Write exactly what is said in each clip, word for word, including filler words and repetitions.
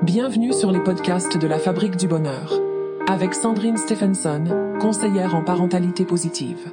Bienvenue sur les podcasts de la Fabrique du Bonheur, avec Sandrine Stephenson, conseillère en parentalité positive.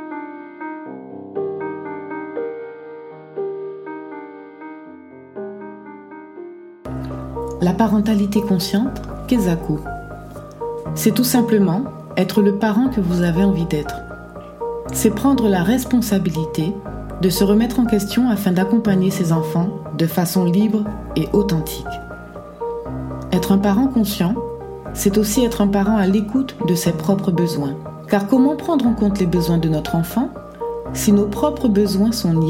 La parentalité consciente, Kezaku. C'est tout simplement être le parent que vous avez envie d'être. C'est prendre la responsabilité de se remettre en question afin d'accompagner ses enfants de façon libre et authentique. Être un parent conscient, c'est aussi être un parent à l'écoute de ses propres besoins. Car comment prendre en compte les besoins de notre enfant si nos propres besoins sont niés ?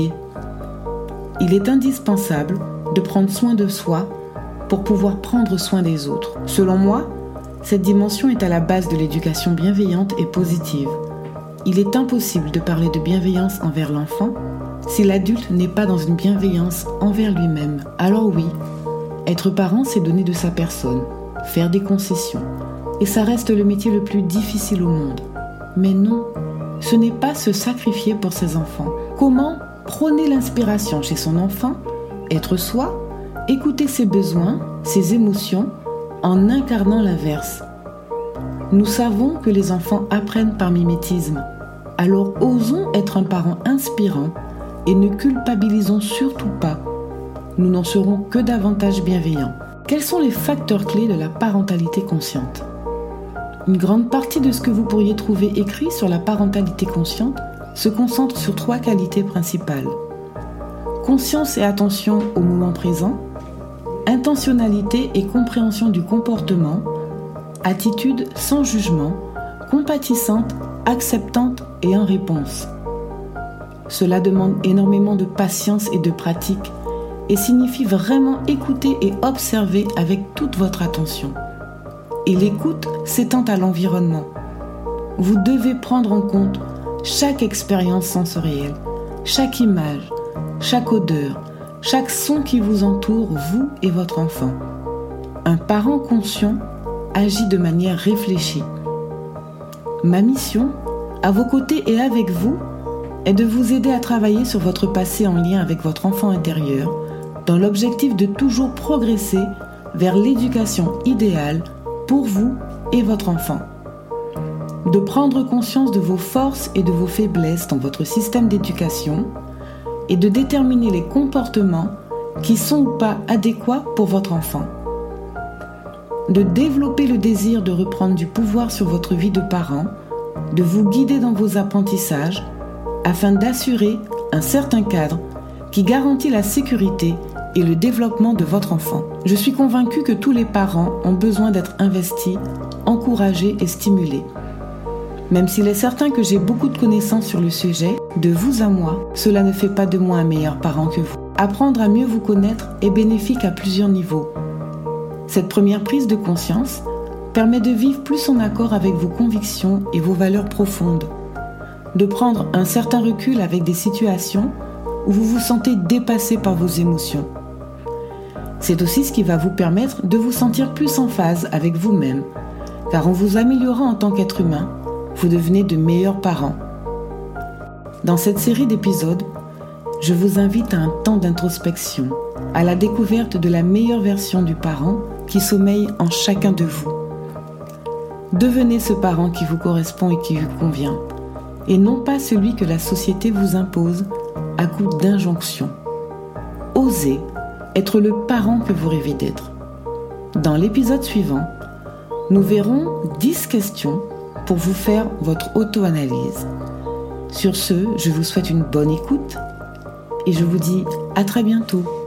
Il est indispensable de prendre soin de soi pour pouvoir prendre soin des autres. Selon moi, cette dimension est à la base de l'éducation bienveillante et positive. Il est impossible de parler de bienveillance envers l'enfant si l'adulte n'est pas dans une bienveillance envers lui-même. Alors oui, être parent, c'est donner de sa personne, faire des concessions. Et ça reste le métier le plus difficile au monde. Mais non, ce n'est pas se sacrifier pour ses enfants. Comment prôner l'inspiration chez son enfant, être soi, écouter ses besoins, ses émotions, en incarnant l'inverse. Nous savons que les enfants apprennent par mimétisme. Alors osons être un parent inspirant et ne culpabilisons surtout pas. Nous n'en serons que davantage bienveillants. Quels sont les facteurs clés de la parentalité consciente ? Une grande partie de ce que vous pourriez trouver écrit sur la parentalité consciente se concentre sur trois qualités principales. Conscience et attention au moment présent, intentionnalité et compréhension du comportement, attitude sans jugement, compatissante, acceptante et en réponse. Cela demande énormément de patience et de pratique et signifie vraiment écouter et observer avec toute votre attention. Et l'écoute s'étend à l'environnement. Vous devez prendre en compte chaque expérience sensorielle, chaque image, chaque odeur, chaque son qui vous entoure, vous et votre enfant. Un parent conscient agit de manière réfléchie. Ma mission, à vos côtés et avec vous, est de vous aider à travailler sur votre passé en lien avec votre enfant intérieur, dans l'objectif de toujours progresser vers l'éducation idéale pour vous et votre enfant. De prendre conscience de vos forces et de vos faiblesses dans votre système d'éducation, et de déterminer les comportements qui sont ou pas adéquats pour votre enfant. De développer le désir de reprendre du pouvoir sur votre vie de parent, de vous guider dans vos apprentissages afin d'assurer un certain cadre qui garantit la sécurité et le développement de votre enfant. Je suis convaincue que tous les parents ont besoin d'être investis, encouragés et stimulés. Même s'il est certain que j'ai beaucoup de connaissances sur le sujet, de vous à moi, cela ne fait pas de moi un meilleur parent que vous. Apprendre à mieux vous connaître est bénéfique à plusieurs niveaux. Cette première prise de conscience permet de vivre plus en accord avec vos convictions et vos valeurs profondes, de prendre un certain recul avec des situations où vous vous sentez dépassé par vos émotions. C'est aussi ce qui va vous permettre de vous sentir plus en phase avec vous-même, car en vous améliorant en tant qu'être humain, vous devenez de meilleurs parents. Dans cette série d'épisodes, je vous invite à un temps d'introspection, à la découverte de la meilleure version du parent qui sommeille en chacun de vous. Devenez ce parent qui vous correspond et qui vous convient, et non pas celui que la société vous impose à coup d'injonctions. Osez être le parent que vous rêvez d'être. Dans l'épisode suivant, nous verrons dix questions pour vous faire votre auto-analyse. Sur ce, je vous souhaite une bonne écoute et je vous dis à très bientôt.